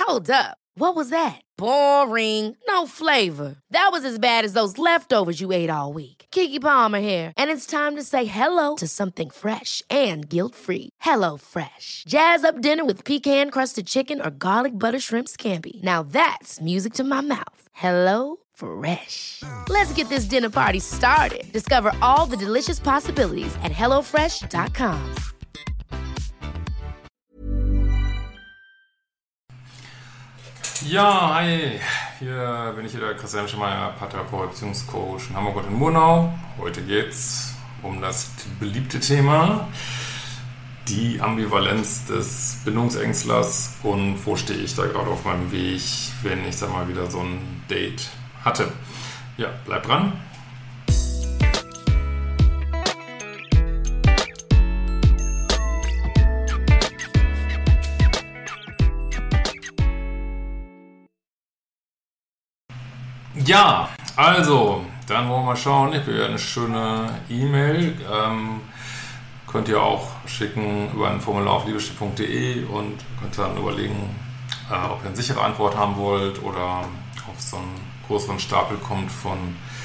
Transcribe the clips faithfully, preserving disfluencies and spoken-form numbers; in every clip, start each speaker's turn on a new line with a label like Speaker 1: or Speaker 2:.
Speaker 1: Hold up. What was that? Boring. No flavor. That was as bad as those leftovers you ate all week. Keke Palmer here, and it's time to say hello to something fresh and guilt-free. Hello Fresh. Jazz up dinner with pecan-crusted chicken or garlic butter shrimp scampi. Now that's music to my mouth. Hello Fresh. Let's get this dinner party started. Discover all the delicious possibilities at hello fresh dot com.
Speaker 2: Ja, hi, hier bin ich wieder, Christian Schemeier, Paartherapeut, Beziehungscoach in Hamburg und in Murnau. Heute geht's um das beliebte Thema, die Ambivalenz des Bindungsängstlers und wo stehe ich da gerade auf meinem Weg, wenn ich, sag mal, wieder so ein Date hatte. Ja, bleib dran. Ja, also, dann wollen wir mal schauen. Ich will ja eine schöne E-Mail. Ähm, könnt ihr auch schicken über ein Formular auf liebeschiff punkt de und könnt dann überlegen, äh, ob ihr eine sichere Antwort haben wollt oder auf so einen größeren Stapel kommt von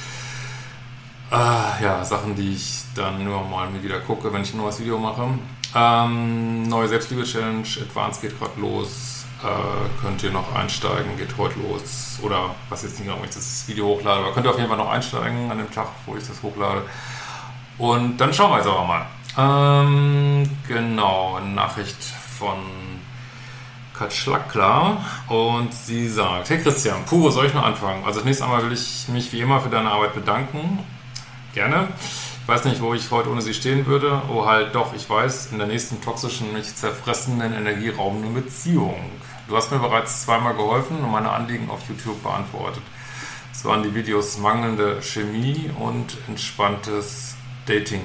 Speaker 2: äh, ja, Sachen, die ich dann immer mal mir wieder gucke, wenn ich ein neues Video mache. Ähm, neue Selbstliebe-Challenge, Advanced geht gerade los. Äh, könnt ihr noch einsteigen, geht heute los. Oder was jetzt nicht genau, wenn ich das Video hochlade, aber könnt ihr auf jeden Fall noch einsteigen an dem Tag, wo ich das hochlade. Und dann schauen wir jetzt aber mal. Ähm, genau, eine Nachricht von Katschlakla und sie sagt: Hey Christian, puh, wo soll ich noch anfangen? Also zunächst einmal will ich mich wie immer für deine Arbeit bedanken. Gerne. Ich weiß nicht, wo ich heute ohne sie stehen würde. Oh halt doch, ich weiß, in der nächsten toxischen, mich zerfressenden, energieraubenden Beziehung. Du hast mir bereits zweimal geholfen und meine Anliegen auf YouTube beantwortet. Es waren die Videos mangelnde Chemie und entspanntes Dating.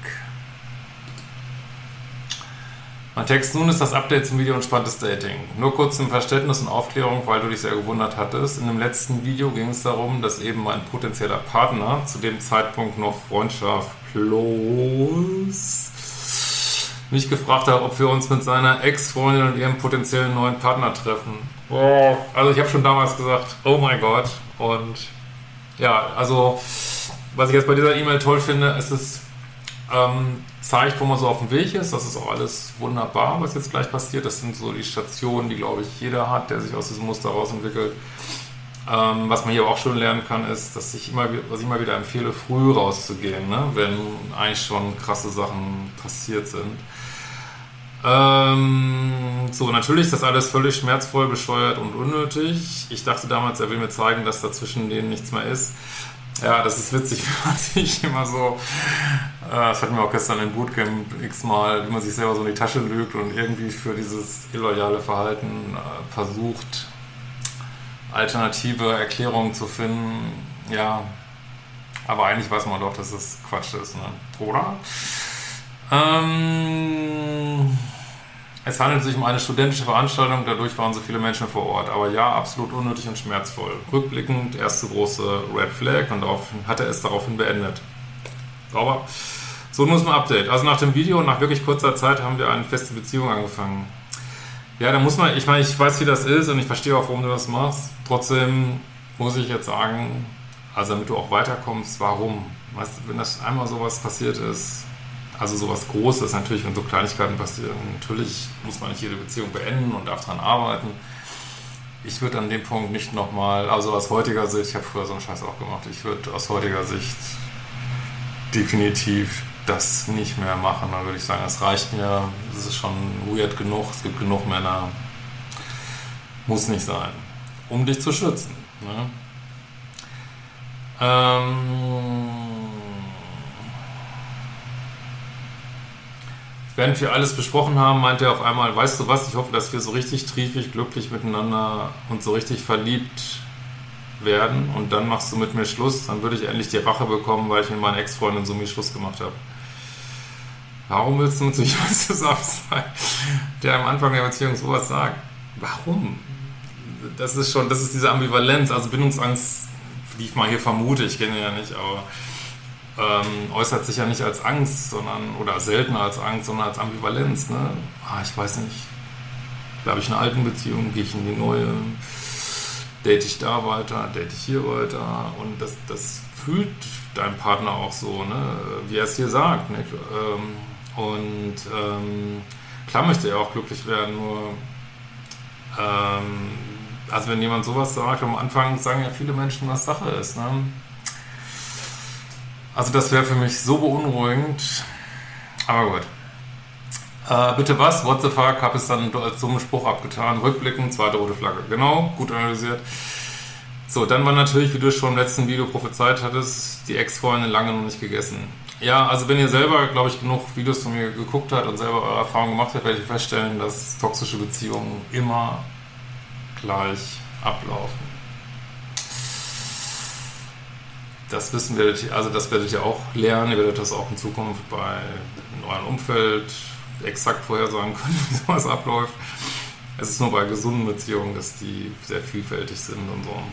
Speaker 2: Mein Text: Nun ist das Update zum Video entspanntes Dating. Nur kurz zum Verständnis und Aufklärung, weil du dich sehr gewundert hattest. In dem letzten Video ging es darum, dass eben mein potenzieller Partner, zu dem Zeitpunkt noch Freundschaft plus, mich gefragt hat, ob wir uns mit seiner Ex-Freundin und ihrem potenziellen neuen Partner treffen. Oh, also ich habe schon damals gesagt, oh mein Gott. Und ja, also was ich jetzt bei dieser E-Mail toll finde, ist es ähm, zeigt, wo man so auf dem Weg ist. Das ist auch alles wunderbar, was jetzt gleich passiert. Das sind so die Stationen, die, glaube ich, jeder hat, der sich aus diesem Muster rausentwickelt. Ähm, was man hier auch schon lernen kann, ist, dass ich immer, was ich immer wieder empfehle, früh rauszugehen, ne? Wenn eigentlich schon krasse Sachen passiert sind. Ähm, so, natürlich ist das alles völlig schmerzvoll, bescheuert und unnötig. Ich dachte damals, er will mir zeigen, dass da zwischen denen nichts mehr ist. Ja, das ist witzig, wie man sich immer so, äh, das hatten wir auch gestern im Bootcamp x-mal, wie man sich selber so in die Tasche lügt und irgendwie für dieses illoyale Verhalten äh, versucht, alternative Erklärungen zu finden. Ja, aber eigentlich weiß man doch, dass es Quatsch ist, ne? Oder? Ähm... Es handelt sich um eine studentische Veranstaltung, dadurch waren so viele Menschen vor Ort. Aber ja, absolut unnötig und schmerzvoll. Rückblickend erste große Red Flag und darauf hat er es daraufhin beendet. Aber so, nun ist ein Update. Also nach dem Video und nach wirklich kurzer Zeit haben wir eine feste Beziehung angefangen. Ja, da muss man, ich meine, ich weiß, wie das ist und ich verstehe auch, warum du das machst. Trotzdem muss ich jetzt sagen, also damit du auch weiterkommst, warum? Weißt du, wenn das einmal sowas passiert ist, also sowas Großes, natürlich, wenn so Kleinigkeiten passieren, natürlich muss man nicht jede Beziehung beenden und darf dran arbeiten. Ich würde an dem Punkt nicht nochmal, also aus heutiger Sicht, ich habe früher so einen Scheiß auch gemacht, ich würde aus heutiger Sicht definitiv das nicht mehr machen. Dann würde ich sagen, es reicht mir, es ist schon weird genug, es gibt genug Männer, muss nicht sein, um dich zu schützen. Ne? Ähm... Während wir alles besprochen haben, meinte er auf einmal, weißt du was, ich hoffe, dass wir so richtig triefig, glücklich miteinander und so richtig verliebt werden und dann machst du mit mir Schluss, dann würde ich endlich die Rache bekommen, weil ich mit meiner Ex-Freundin so mies Schluss gemacht habe. Warum willst du mit so jemandem zusammen sein, der am Anfang der Beziehung sowas sagt? Warum? Das ist schon, das ist diese Ambivalenz, also Bindungsangst, die ich mal hier vermute, ich kenne ja nicht, aber Ähm, äußert sich ja nicht als Angst, sondern oder seltener als Angst, sondern als Ambivalenz. Ne? Ah, ich weiß nicht. Bleibe ich in einer alten Beziehung, gehe ich in die neue, date ich da weiter, date ich hier weiter und das, das fühlt dein Partner auch so, ne? Wie er es dir sagt. Ne? Und ähm, klar möchte er auch glücklich werden, nur ähm, also wenn jemand sowas sagt, am Anfang sagen ja viele Menschen, was Sache ist. Ne? Also das wäre für mich so beunruhigend, aber gut. Äh, bitte was? What the fuck? Habe es dann als dummen Spruch abgetan. Rückblickend, zweite rote Flagge. Genau, gut analysiert. So, dann war natürlich, wie du schon im letzten Video prophezeit hattest, die Ex-Freundin lange noch nicht gegessen. Ja, also wenn ihr selber, glaube ich, genug Videos von mir geguckt habt und selber eure Erfahrungen gemacht habt, werdet ihr feststellen, dass toxische Beziehungen immer gleich ablaufen. Das wissen werdet ihr, also das werdet ihr auch lernen. Ihr werdet das auch in Zukunft bei in eurem Umfeld exakt vorhersagen können, wie sowas abläuft. Es ist nur bei gesunden Beziehungen, dass die sehr vielfältig sind und so.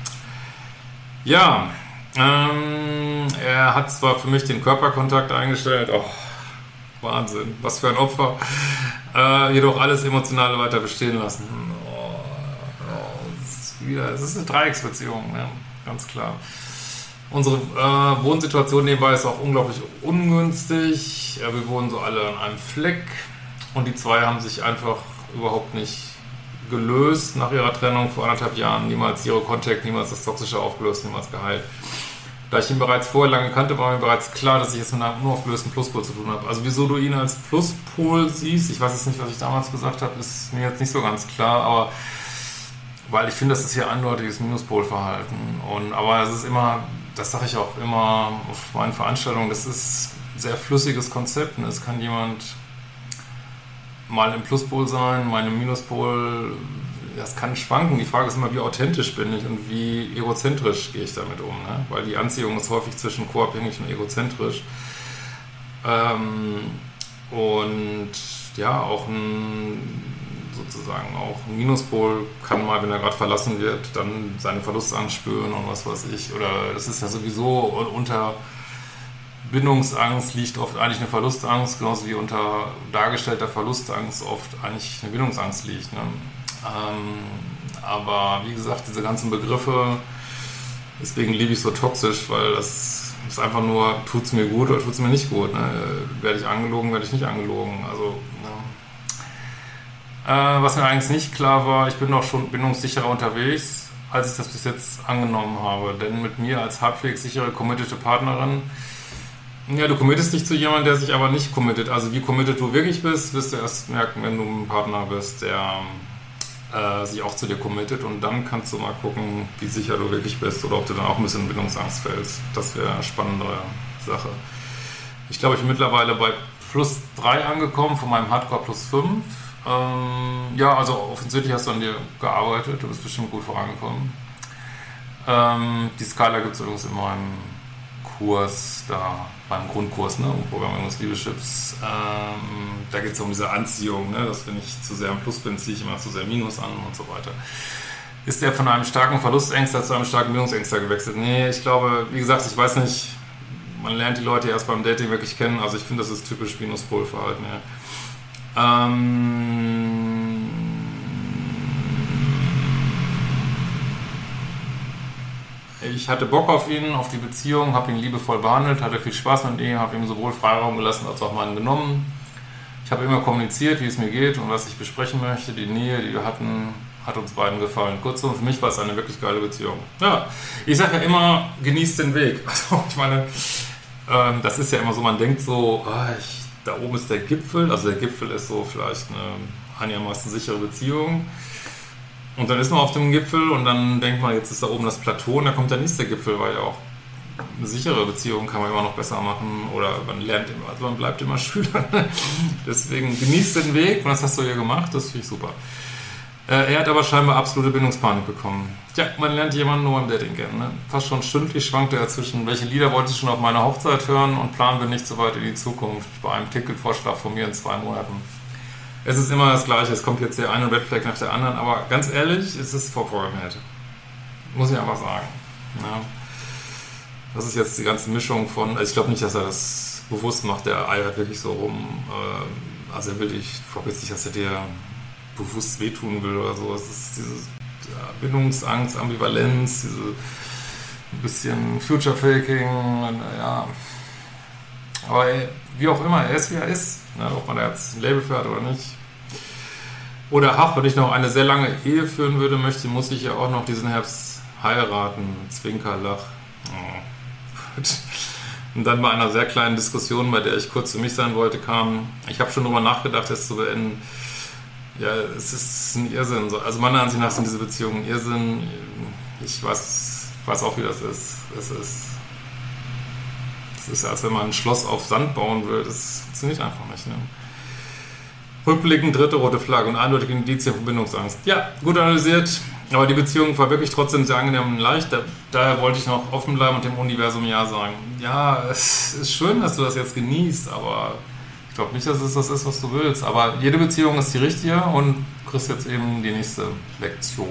Speaker 2: Ja, ähm, er hat zwar für mich den Körperkontakt eingestellt, oh, Wahnsinn, was für ein Opfer, äh, jedoch alles Emotionale weiter bestehen lassen. Oh, oh, es ist wieder, es ist eine Dreiecksbeziehung, ne? Ganz klar. Unsere äh, Wohnsituation nebenbei ist auch unglaublich ungünstig. Ja, wir wohnen so alle an einem Fleck und die zwei haben sich einfach überhaupt nicht gelöst nach ihrer Trennung vor anderthalb Jahren. Niemals Zero Contact, niemals das Toxische aufgelöst, niemals geheilt. Da ich ihn bereits vorher lange kannte, war mir bereits klar, dass ich es mit einem nur aufgelösten Pluspol zu tun habe. Also wieso du ihn als Pluspol siehst, ich weiß jetzt nicht, was ich damals gesagt habe, ist mir jetzt nicht so ganz klar, aber weil ich finde, das ist hier eindeutiges Minuspolverhalten. Und, aber es ist immer, das sage ich auch immer auf meinen Veranstaltungen, das ist ein sehr flüssiges Konzept. Und es kann jemand mal im Pluspol sein, mal im Minuspol, das kann schwanken. Die Frage ist immer, wie authentisch bin ich und wie egozentrisch gehe ich damit um. Ne? Weil die Anziehung ist häufig zwischen co-abhängig und egozentrisch. Ähm, und ja, auch ein sozusagen auch ein Minuspol kann mal, wenn er gerade verlassen wird, dann seine Verlustangst spüren und was weiß ich. Oder das ist ja sowieso unter Bindungsangst liegt oft eigentlich eine Verlustangst, genauso wie unter dargestellter Verlustangst oft eigentlich eine Bindungsangst liegt. Ne? Ähm, aber wie gesagt, diese ganzen Begriffe, deswegen liebe ich so toxisch, weil das ist einfach nur, tut es mir gut oder tut es mir nicht gut. Ne? Werde ich angelogen, werde ich nicht angelogen. Also, ne? äh, was mir eigentlich nicht klar war, ich bin doch schon bindungssicherer unterwegs, als ich das bis jetzt angenommen habe. Denn mit mir als halbwegs sichere, committete Partnerin, ja, du committest dich zu jemandem, der sich aber nicht committet. Also wie committed du wirklich bist, wirst du erst merken, wenn du ein Partner bist, der äh, sich auch zu dir committet. Und dann kannst du mal gucken, wie sicher du wirklich bist oder ob du dann auch ein bisschen in Bindungsangst fällst. Das wäre eine spannende Sache. Ich glaube, ich bin mittlerweile bei plus drei angekommen, von meinem Hardcore plus fünf. Ähm, ja, also offensichtlich hast du an dir gearbeitet, du bist bestimmt gut vorangekommen. Ähm, die Skala gibt es übrigens in meinem Kurs, da beim Grundkurs, ne, um Programmierung des Liebeschips. Ähm, da geht es um diese Anziehung, ne, dass wenn ich zu sehr im Plus bin, ziehe ich immer zu sehr Minus an und so weiter. Ist der von einem starken Verlustängster zu einem starken Bindungsängster gewechselt? Nee, ich glaube, wie gesagt, ich weiß nicht, man lernt die Leute erst beim Dating wirklich kennen, also ich finde, das ist typisch Minuspolverhalten, ja. Ähm, Ich hatte Bock auf ihn, auf die Beziehung, habe ihn liebevoll behandelt, hatte viel Spaß mit ihm, habe ihm sowohl Freiraum gelassen als auch meinen genommen. Ich habe immer kommuniziert, wie es mir geht und was ich besprechen möchte. Die Nähe, die wir hatten, hat uns beiden gefallen. Kurzum, für mich war es eine wirklich geile Beziehung. Ja, ich sage ja immer, genießt den Weg. Also ich meine, ähm, das ist ja immer so, man denkt so, oh, ich, da oben ist der Gipfel. Also der Gipfel ist so vielleicht eine einigermaßen sichere Beziehung. Und dann ist man auf dem Gipfel und dann denkt man, jetzt ist da oben das Plateau und dann kommt der nächste Gipfel, weil ja auch eine sichere Beziehung kann man immer noch besser machen oder man lernt immer, also man bleibt immer Schüler. Deswegen genießt den Weg und das hast du ja gemacht, das finde ich super. Äh, er hat aber scheinbar absolute Bindungspanik bekommen. Tja, man lernt jemanden nur beim Dating kennen. Ne? Fast schon stündlich schwankte er zwischen, welche Lieder wollte ich schon auf meiner Hochzeit hören und planen wir nicht so weit in die Zukunft bei einem Ticketvorschlag von mir in zwei Monaten. Es ist immer das Gleiche, es kommt jetzt der eine Red Flag nach der anderen, aber ganz ehrlich, es ist vorprogrammiert. Muss ich einfach sagen. Ja. Das ist jetzt die ganze Mischung von, also ich glaube nicht, dass er das bewusst macht, der eiert wirklich so rum. Also er will dich, ich glaube jetzt nicht, dass er dir bewusst wehtun will oder so. Es ist diese ja, Bindungsangst, Ambivalenz, diese ein bisschen Future-Faking, ja. Aber ey, wie auch immer, er ist wie er ist, ne? Ob man da jetzt ein Label für hat oder nicht. Oder ach, wenn ich noch eine sehr lange Ehe führen würde, möchte, muss ich ja auch noch diesen Herbst heiraten. Zwinkerlach. Oh. Und dann bei einer sehr kleinen Diskussion, bei der ich kurz für mich sein wollte, kam, ich habe schon darüber nachgedacht, das zu beenden. Ja, es ist ein Irrsinn. Also meiner Ansicht nach sind diese Beziehungen ein Irrsinn. Ich weiß, weiß auch, wie das ist. Es ist, es ist, als wenn man ein Schloss auf Sand bauen will. Das funktioniert einfach nicht. Ne? Rückblickend dritte rote Flagge und eindeutige Indizien von Bindungsangst. Ja, gut analysiert, aber die Beziehung war wirklich trotzdem sehr angenehm und leicht. Da, daher wollte ich noch offen bleiben und dem Universum Ja sagen. Ja, es ist schön, dass du das jetzt genießt, aber ich glaube nicht, dass es das ist, was du willst. Aber jede Beziehung ist die richtige und du kriegst jetzt eben die nächste Lektion.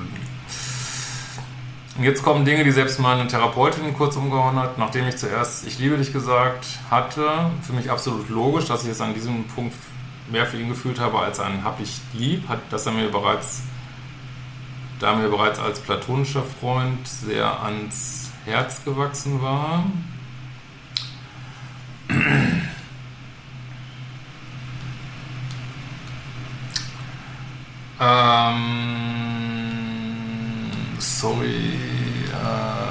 Speaker 2: Und jetzt kommen Dinge, die selbst meine Therapeutin kurz umgehauen hat, nachdem ich zuerst Ich liebe dich gesagt hatte. Für mich absolut logisch, dass ich es an diesem Punkt mehr für ihn gefühlt habe als ein Hab ich lieb, hat, dass er mir bereits, da er mir bereits als platonischer Freund sehr ans Herz gewachsen war. ähm, sorry, äh,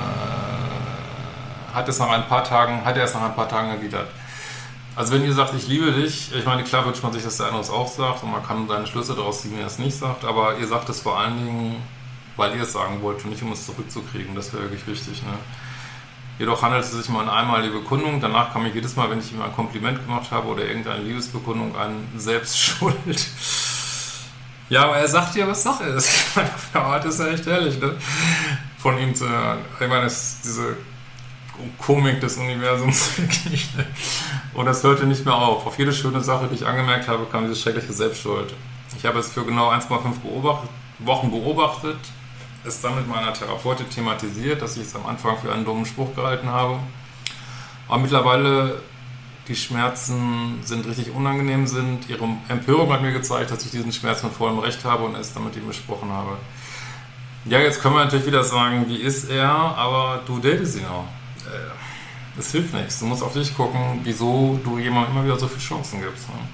Speaker 2: hat es nach ein paar Tagen, hat er es nach ein paar Tagen erwidert. Also wenn ihr sagt, ich liebe dich, ich meine, klar wünscht man sich, dass der andere es auch sagt und man kann seine Schlüsse daraus ziehen, wenn er es nicht sagt, aber ihr sagt es vor allen Dingen, weil ihr es sagen wollt und nicht, um es zurückzukriegen. Das wäre wirklich wichtig. Ne? Jedoch handelt es sich um eine einmalige Bekundung. Danach kam ich jedes Mal, wenn ich ihm ein Kompliment gemacht habe oder irgendeine Liebesbekundung, an Selbstschuld. Ja, aber er sagt dir, was Sache ist. Das ist ja echt ehrlich, ne? Von ihm zu hören. Ich meine, es ist diese Komik des Universums. Und das hörte nicht mehr auf. Auf jede schöne Sache, die ich angemerkt habe, kam diese schreckliche Selbstschuld. Ich habe es für genau eins Komma fünf beobacht, Wochen beobachtet, es dann mit meiner Therapeutin thematisiert, dass ich es am Anfang für einen dummen Spruch gehalten habe. Aber mittlerweile die Schmerzen sind richtig unangenehm sind. Ihre Empörung hat mir gezeigt, dass ich diesen Schmerz mit vollem Recht habe und es dann mit ihm besprochen habe. Ja, jetzt können wir natürlich wieder sagen, wie ist er, aber du datest ihn auch. Das hilft nichts. Du musst auf dich gucken, wieso du jemandem immer wieder so viele Chancen gibst. Ne?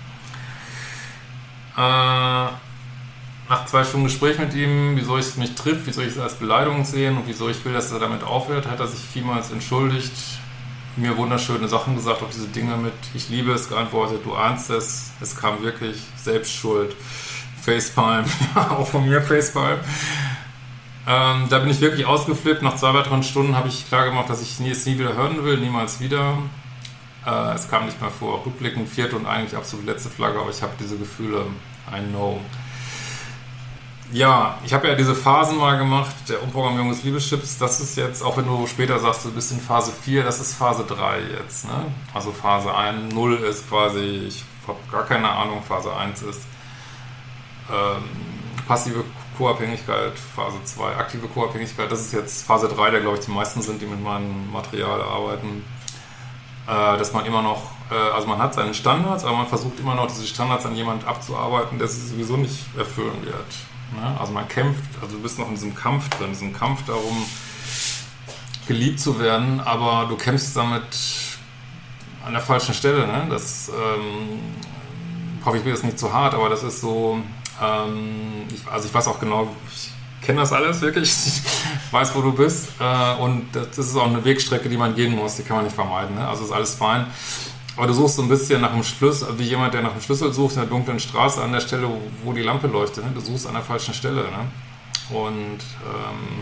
Speaker 2: Äh, nach zwei Stunden Gespräch mit ihm, wieso es mich trifft, wieso ich es als Beleidigung sehe und wieso ich will, dass er damit aufhört, hat er sich vielmals entschuldigt, mir wunderschöne Sachen gesagt, auch diese Dinge mit ich liebe es geantwortet, du ahnst es, es kam wirklich, Selbstschuld, Facepalm, ja, auch von mir Facepalm. Ähm, da bin ich wirklich ausgeflippt. Nach zwei weiteren Stunden habe ich klar gemacht, dass ich es nie wieder hören will, niemals wieder. Äh, es kam nicht mehr vor. Rückblickend vierte und eigentlich absolut letzte Flagge, aber ich habe diese Gefühle. I know. Ja, ich habe ja diese Phasen mal gemacht, der Umprogrammierung des Liebeschips. Das ist jetzt, auch wenn du später sagst, du bist in Phase vier, das ist Phase drei jetzt. Ne? Also Phase eins, null ist quasi, ich habe gar keine Ahnung, Phase eins ist ähm, passive Co-Abhängigkeit, Phase zwei, aktive Co-Abhängigkeit, das ist jetzt Phase drei, der glaube ich die meisten sind, die mit meinem Material arbeiten, äh, dass man immer noch, äh, also man hat seine Standards, aber man versucht immer noch diese Standards an jemanden abzuarbeiten, der sie sowieso nicht erfüllen wird. Ne? Also man kämpft, also du bist noch in diesem Kampf drin, diesem Kampf darum, geliebt zu werden, aber du kämpfst damit an der falschen Stelle. Ne? Das ähm, hoffe ich, bin jetzt nicht zu hart, aber das ist so. Ich, also ich weiß auch genau, ich kenne das alles wirklich, ich weiß, wo du bist äh, und das ist auch eine Wegstrecke, die man gehen muss, die kann man nicht vermeiden, ne? Also ist alles fein, aber du suchst so ein bisschen nach dem Schlüssel, wie jemand, der nach dem Schlüssel sucht in der dunklen Straße an der Stelle, wo, wo die Lampe leuchtet, ne? Du suchst an der falschen Stelle, ne? Und ähm,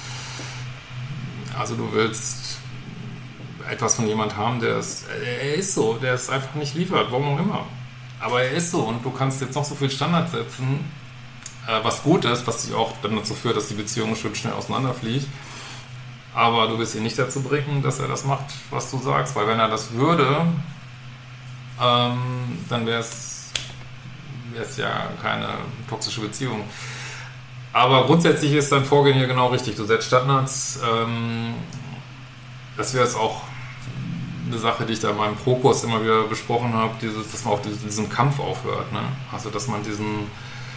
Speaker 2: also du willst etwas von jemand haben, der ist, er ist so, der es einfach nicht liefert, warum auch immer. Aber er ist so und du kannst jetzt noch so viel Standard setzen, äh, was gut ist, was dich auch dann dazu führt, dass die Beziehung schön schnell auseinanderfliegt. Aber du wirst ihn nicht dazu bringen, dass er das macht, was du sagst. Weil wenn er das würde, ähm, dann wäre es ja keine toxische Beziehung. Aber grundsätzlich ist dein Vorgehen hier genau richtig. Du setzt Standards. Ähm, das wäre jetzt auch eine Sache, die ich da in meinem Pro-Kurs immer wieder besprochen habe, dieses, dass man auf diesen Kampf aufhört. Ne? Also, dass man diesen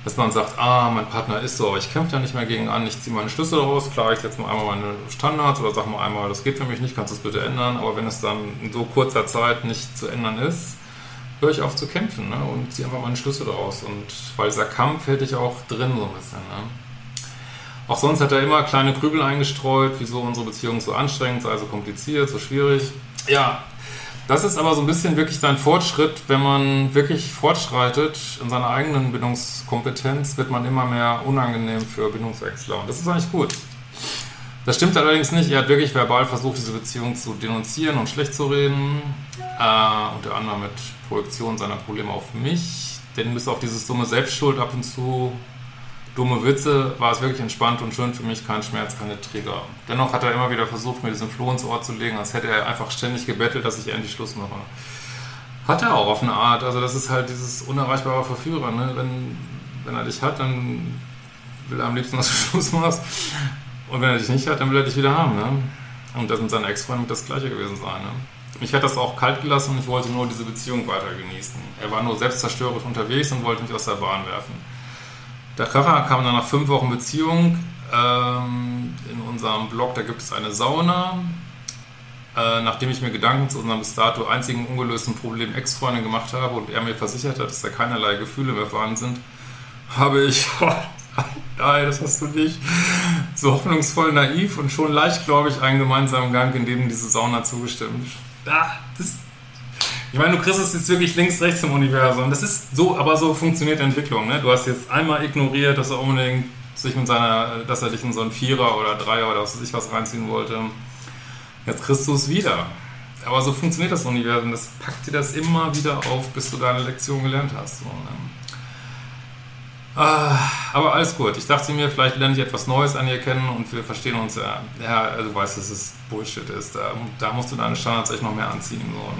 Speaker 2: dass man sagt, ah, mein Partner ist so, aber ich kämpfe da nicht mehr gegen an, ich ziehe meine Schlüsse raus, klar, ich setze mal einmal meine Standards oder sage mal einmal, das geht für mich nicht, kannst du es bitte ändern, aber wenn es dann in so kurzer Zeit nicht zu ändern ist, höre ich auf zu kämpfen, ne? Und ziehe einfach meine Schlüsse daraus. Und weil dieser Kampf hält dich auch drin so ein bisschen. Ne? Auch sonst hat er immer kleine Krübel eingestreut, wieso unsere Beziehung so anstrengend sei, so kompliziert, so schwierig. Ja, das ist aber so ein bisschen wirklich dein Fortschritt. Wenn man wirklich fortschreitet in seiner eigenen Bindungskompetenz, wird man immer mehr unangenehm für Bindungswechsler. Und das ist eigentlich gut. Das stimmt allerdings nicht. Er hat wirklich verbal versucht, diese Beziehung zu denunzieren und schlecht zu reden. Äh, unter anderem mit Projektion seiner Probleme auf mich. Denn bis auf dieses dumme Selbstschuld ab und zu, dumme Witze, war es wirklich entspannt und schön für mich, kein Schmerz, keine Trigger. Dennoch hat er immer wieder versucht, mir diesen Floh ins Ohr zu legen, als hätte er einfach ständig gebettelt, dass ich endlich Schluss mache. Hat er auch auf eine Art. Also das ist halt dieses unerreichbare Verführer. Ne? Wenn, wenn er dich hat, dann will er am liebsten, dass du Schluss machst. Und wenn er dich nicht hat, dann will er dich wieder haben. Ne? Und das mit seiner Ex-Freundin wird das Gleiche gewesen sein. Ne? Mich hat das auch kalt gelassen und ich wollte nur diese Beziehung weiter genießen. Er war nur selbstzerstörerisch unterwegs und wollte mich aus der Bahn werfen. Der Kracher kam dann nach fünf Wochen Beziehung. Ähm, in unserem Blog, da gibt es eine Sauna. Äh, nachdem ich mir Gedanken zu unserem bis dato einzigen ungelösten Problem Ex-Freundin gemacht habe und er mir versichert hat, dass da keinerlei Gefühle mehr vorhanden sind, habe ich... Nein, das hast du nicht. So hoffnungsvoll naiv und schon leicht, glaube ich, einen gemeinsamen Gang, in dem diese Sauna zugestimmt. Ah, das, ich meine, du kriegst es jetzt wirklich links, rechts im Universum. Das ist so, aber so funktioniert Entwicklung. Ne? Du hast jetzt einmal ignoriert, dass er unbedingt sich mit seiner, dass er dich in so einen Vierer oder Dreier oder was weiß ich was reinziehen wollte. Jetzt kriegst du es wieder. Aber so funktioniert das Universum. Das packt dir das immer wieder auf, bis du deine Lektion gelernt hast. So, ne? Ah, aber alles gut. Ich dachte mir, vielleicht lerne ich etwas Neues an ihr kennen und wir verstehen uns ja. Ja, also du weißt, dass es Bullshit ist. Da, da musst du deine Standards echt noch mehr anziehen.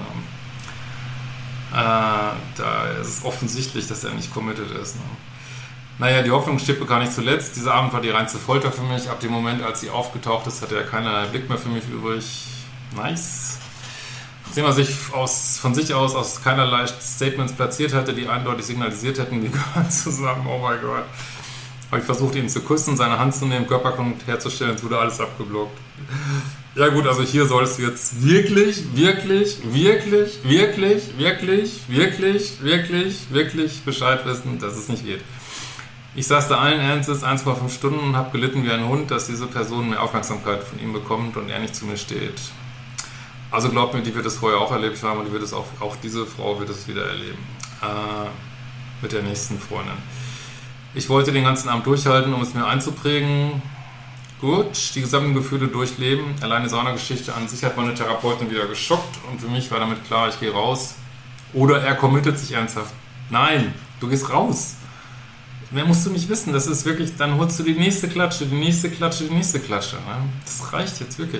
Speaker 2: So, ne? äh, da ist es offensichtlich, dass er nicht committed ist. Ne? Naja, die Hoffnung stirbt bekannt nicht zuletzt. Dieser Abend war die reinste Folter für mich. Ab dem Moment, als sie aufgetaucht ist, hatte er keinerlei Blick mehr für mich übrig. Nice. Nachdem er sich aus, von sich aus aus keinerlei Statements platziert hatte, die eindeutig signalisiert hätten, wir gehören zusammen, oh mein Gott. Habe ich versucht, ihn zu küssen, seine Hand zu nehmen, Körperkontakt herzustellen, es wurde alles abgeblockt. Ja gut, also hier sollst du jetzt wirklich, wirklich, wirklich, wirklich, wirklich, wirklich, wirklich, wirklich Bescheid wissen, dass es nicht geht. Ich saß da allen Ernstes eins Komma fünf Stunden und habe gelitten wie ein Hund, dass diese Person mehr Aufmerksamkeit von ihm bekommt und er nicht zu mir steht. Also glaubt mir, die wird es vorher auch erlebt haben und die wird es auch, auch diese Frau wird es wieder erleben. Äh, mit der nächsten Freundin. Ich wollte den ganzen Abend durchhalten, um es mir einzuprägen. Gut, die gesamten Gefühle durchleben. Alleine Saunageschichte an sich hat meine Therapeutin wieder geschockt und für mich war damit klar, ich gehe raus. Oder er committet sich ernsthaft. Nein, du gehst raus. Mehr musst du nicht wissen. Das ist wirklich, dann holst du die nächste Klatsche, die nächste Klatsche, die nächste Klatsche. Ne? Das reicht jetzt wirklich.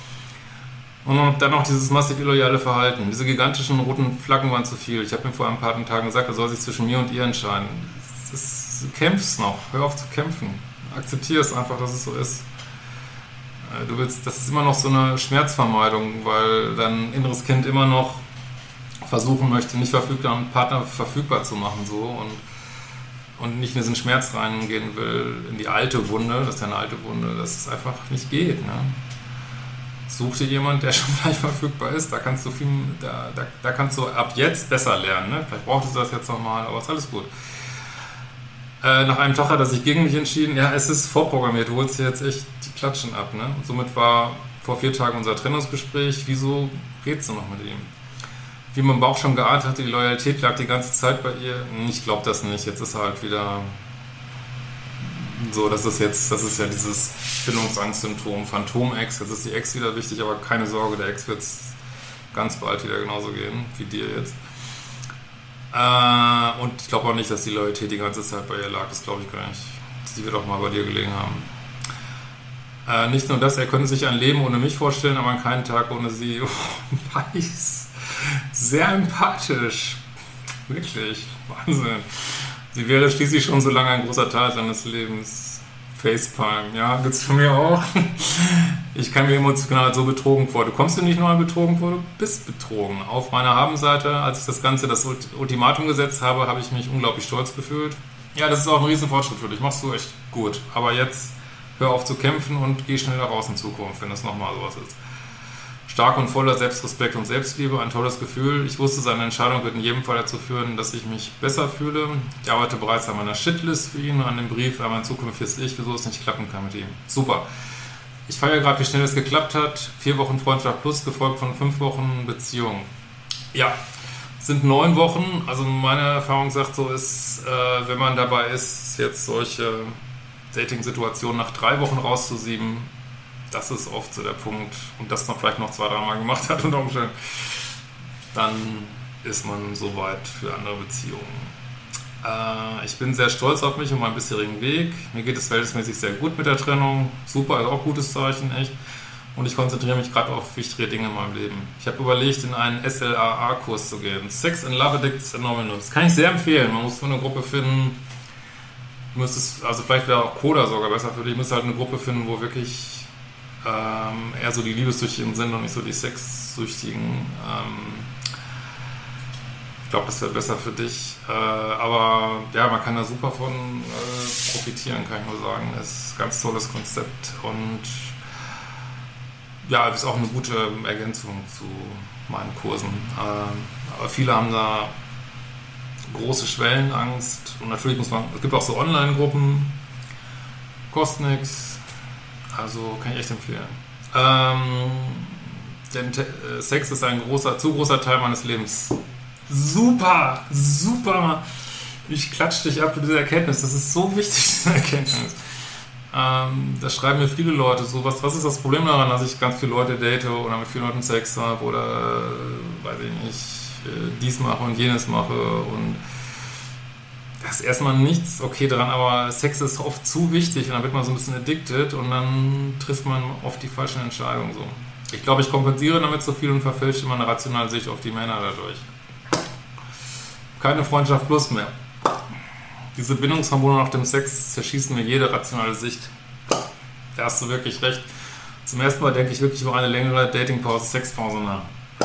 Speaker 2: Und dann noch dieses massiv illoyale Verhalten. Diese gigantischen roten Flaggen waren zu viel. Ich habe ihm vor ein paar Tagen gesagt, er soll sich zwischen mir und ihr entscheiden. Das ist, du kämpfst noch. Hör auf zu kämpfen. Akzeptiere es einfach, dass es so ist. Du willst, das ist immer noch so eine Schmerzvermeidung, weil dein inneres Kind immer noch versuchen möchte, nicht verfügbaren Partner verfügbar zu machen. So, und, und nicht in diesen Schmerz reingehen will, in die alte Wunde, das ist deine alte Wunde, dass es einfach nicht geht. Ne? Such dir jemanden, der schon gleich verfügbar ist, da kannst du viel, da, da, da kannst du ab jetzt besser lernen. Ne? Vielleicht brauchtest du das jetzt nochmal, aber ist alles gut. Äh, nach einem Tag hat er sich gegen mich entschieden. Ja, es ist vorprogrammiert, du holst dir jetzt echt die Klatschen ab. Ne? Und somit war vor vier Tagen unser Trennungsgespräch. Wieso redest du noch mit ihm? Wie man im Bauch schon geahnt hatte, die Loyalität lag die ganze Zeit bei ihr. Ich glaube das nicht. Jetzt ist er halt wieder so, das ist jetzt, das ist ja dieses Bindungsangstsymptom, Phantom-Ex. Jetzt ist die Ex wieder wichtig, aber keine Sorge, der Ex wird es ganz bald wieder genauso gehen wie dir jetzt. Äh, und ich glaube auch nicht, dass die Loyalität die ganze Zeit bei ihr lag. Das glaube ich gar nicht. Sie wird auch mal bei dir gelegen haben. Äh, nicht nur das, er könnte sich ein Leben ohne mich vorstellen, aber keinen Tag ohne sie. Oh, nice. Sehr empathisch. Wirklich. Wahnsinn. Sie wäre schließlich schon so lange ein großer Teil seines Lebens. Facepalm, ja, gibt's von mir auch. Ich kann mir emotional so betrogen vor. Du kommst dir nicht nur betrogen vor, du bist betrogen. Auf meiner Habenseite, als ich das Ganze, das Ultimatum gesetzt habe, habe ich mich unglaublich stolz gefühlt. Ja, das ist auch ein Riesenfortschritt für dich. Machst du echt gut. Aber jetzt hör auf zu kämpfen und geh schneller raus in Zukunft, wenn das nochmal sowas ist. Stark und voller Selbstrespekt und Selbstliebe, ein tolles Gefühl. Ich wusste, seine Entscheidung wird in jedem Fall dazu führen, dass ich mich besser fühle. Ich arbeite bereits an meiner Shitlist für ihn und an dem Brief an mein zukünftiges Ich, wieso es nicht klappen kann mit ihm. Super. Ich feiere gerade, wie schnell es geklappt hat. Vier Wochen Freundschaft plus, gefolgt von fünf Wochen Beziehung. Ja, sind neun Wochen. Also meine Erfahrung sagt so, ist, äh, wenn man dabei ist, jetzt solche Dating-Situationen nach drei Wochen rauszusieben, das ist oft so der Punkt. Und das man vielleicht noch zwei, drei Mal gemacht hat unter Umständen, dann ist man soweit für andere Beziehungen. Äh, ich bin sehr stolz auf mich und meinen bisherigen Weg. Mir geht es verhältnismäßig sehr gut mit der Trennung. Super, also auch gutes Zeichen, echt. Und ich konzentriere mich gerade auf wichtige Dinge in meinem Leben. Ich habe überlegt, in einen S L A A-Kurs zu gehen. Sex and Love Addicts Anonymous. Kann ich sehr empfehlen. Man muss so eine Gruppe finden. Du müsstest, also vielleicht wäre auch Coda sogar besser für dich. Du müsstest halt eine Gruppe finden, wo wirklich ähm, eher so die Liebessüchtigen sind und nicht so die Sexsüchtigen. Ähm, ich glaube, das wäre besser für dich. Äh, aber ja, man kann da super von äh, profitieren, kann ich nur sagen. Das ist ein ganz tolles Konzept und ja, ist auch eine gute Ergänzung zu meinen Kursen. Äh, aber viele haben da große Schwellenangst und natürlich muss man, es gibt auch so Online-Gruppen, kostet nichts, also kann ich echt empfehlen. Ähm, denn äh, Sex ist ein großer, zu großer Teil meines Lebens. Super, super, ich klatsche dich ab für diese Erkenntnis, das ist so wichtig, diese Erkenntnis. Ähm, da schreiben mir viele Leute so, was, was ist das Problem daran, dass ich ganz viele Leute date oder mit vielen Leuten Sex habe oder, äh, weiß ich nicht, dies mache und jenes mache und da ist erstmal nichts okay dran, aber Sex ist oft zu wichtig und dann wird man so ein bisschen addicted und dann trifft man oft die falschen Entscheidungen so. Ich glaube, ich kompensiere damit so viel und verfälsche meine rationale Sicht auf die Männer dadurch. Keine Freundschaft plus mehr. Diese Bindungshormone nach dem Sex zerschießen mir jede rationale Sicht. Da hast du wirklich recht. Zum ersten Mal denke ich wirklich über eine längere Datingpause, Sexpause nach.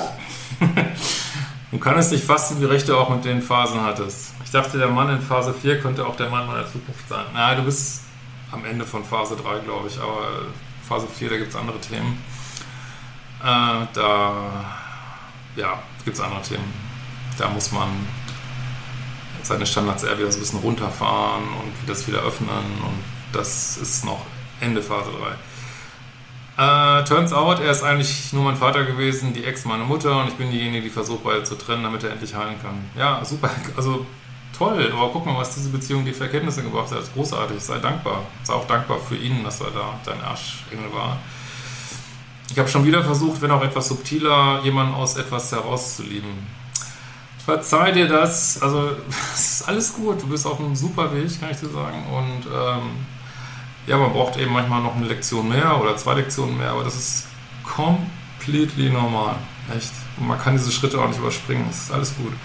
Speaker 2: Du kannst nicht fassen, wie recht du auch mit den Phasen hattest. Ich dachte, der Mann in Phase vier könnte auch der Mann meiner Zukunft sein. Na, du bist am Ende von Phase drei, glaube ich, aber Phase vier, da gibt es andere Themen. Äh, da ja, gibt es andere Themen. Da muss man seine Standards eher wieder so ein bisschen runterfahren und das wieder öffnen und das ist noch Ende Phase drei. Uh, turns out, er ist eigentlich nur mein Vater gewesen, die Ex meine Mutter und ich bin diejenige, die versucht, beide zu trennen, damit er endlich heilen kann. Ja, super, also toll, aber guck mal, was diese Beziehung dir für Erkenntnisse gebracht hat. Großartig, sei dankbar. Sei auch dankbar für ihn, dass er da dein Arschengel war. Ich habe schon wieder versucht, wenn auch etwas subtiler, jemanden aus etwas herauszulieben. Verzeih dir das, also es ist alles gut, du bist auf einem super Weg, kann ich dir sagen und ähm, ja, man braucht eben manchmal noch eine Lektion mehr oder zwei Lektionen mehr, aber das ist completely normal, echt. Und man kann diese Schritte auch nicht überspringen, das ist alles gut.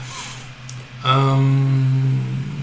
Speaker 2: Ähm,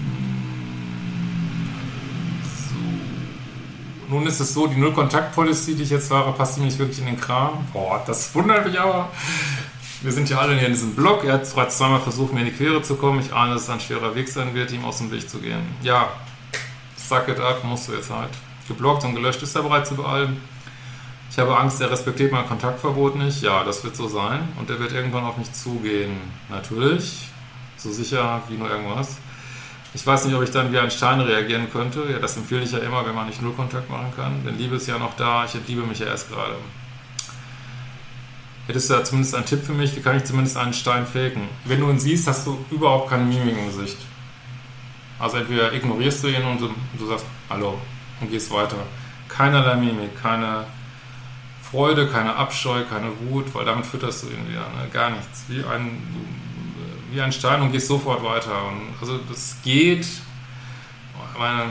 Speaker 2: so. Nun ist es so, die Null-Kontakt-Policy, die ich jetzt fahre, passt ihm nicht wirklich in den Kram. Boah, das wundert mich aber. Wir sind ja alle hier in diesem Blog. Er hat bereits zweimal versucht, mir in die Quere zu kommen. Ich ahne, dass es ein schwerer Weg sein wird, ihm aus dem Weg zu gehen. Ja, suck it up, musst du jetzt halt. Geblockt und gelöscht ist er bereits überall. Ich habe Angst, er respektiert mein Kontaktverbot nicht. Ja, das wird so sein. Und er wird irgendwann auf mich zugehen. Natürlich. So sicher wie nur irgendwas. Ich weiß nicht, ob ich dann wie ein Stein reagieren könnte. Ja, das empfehle ich ja immer, wenn man nicht Nullkontakt machen kann. Denn Liebe ist ja noch da. Ich entliebe mich ja erst gerade. Hättest du da zumindest einen Tipp für mich? Wie kann ich zumindest einen Stein faken? Wenn du ihn siehst, hast du überhaupt keine Mimik im Gesicht. Also entweder ignorierst du ihn und du, du sagst Hallo und gehst weiter. Keinerlei Mimik, keine Freude, keine Abscheu, keine Wut, weil damit fütterst du ihn wieder. Ne? Gar nichts. Wie ein, wie ein Stein und gehst sofort weiter. Und also das geht. Ich meine,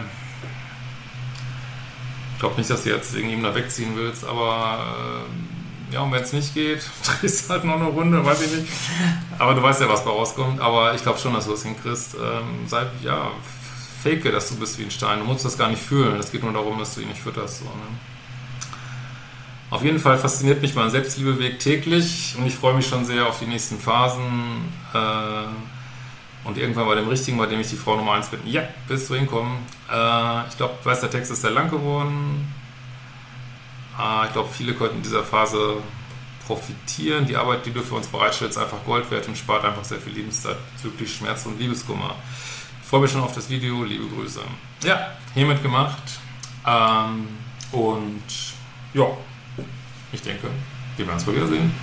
Speaker 2: ich glaube nicht, dass du jetzt wegen ihm da wegziehen willst, aber äh, ja, und wenn es nicht geht, drehst du halt noch eine Runde, weiß ich nicht. Aber du weißt ja, was bei rauskommt. Aber ich glaube schon, dass du das hinkriegst. Ähm, sei, ja, fake, dass du bist wie ein Stein. Du musst das gar nicht fühlen. Es geht nur darum, dass du ihn nicht fütterst. So, ne? Auf jeden Fall fasziniert mich mein Selbstliebeweg täglich und ich freue mich schon sehr auf die nächsten Phasen. Äh, Und irgendwann bei dem richtigen, bei dem ich die Frau Nummer eins bin, ja, bist du hinkommen. Äh, ich glaube, weiß, der Text ist sehr lang geworden. Äh, ich glaube, viele konnten in dieser Phase profitieren. Die Arbeit, die du für uns bereitstellst, ist einfach Gold wert und spart einfach sehr viel Lebenszeit bezüglich Schmerz und Liebeskummer. Ich freue mich schon auf das Video. Liebe Grüße. Ja, hiermit gemacht. Ähm, und ja, ich denke, wir werden es wohl wiedersehen.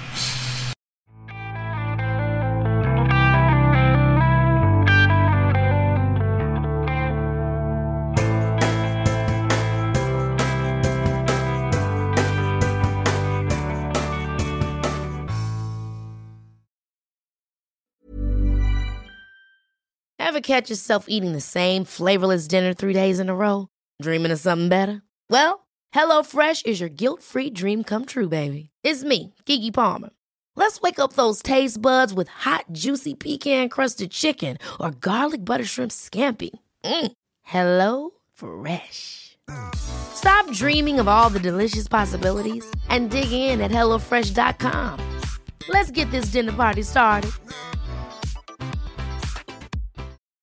Speaker 1: Ever catch yourself eating the same flavorless dinner three days in a row? Dreaming of something better? Well, HelloFresh is your guilt-free dream come true, baby. It's me, Keke Palmer. Let's wake up those taste buds with hot, juicy pecan-crusted chicken or garlic butter shrimp scampi. Mm. Hello Fresh. Stop dreaming of all the delicious possibilities and dig in at hello fresh dot com. Let's get this dinner party started.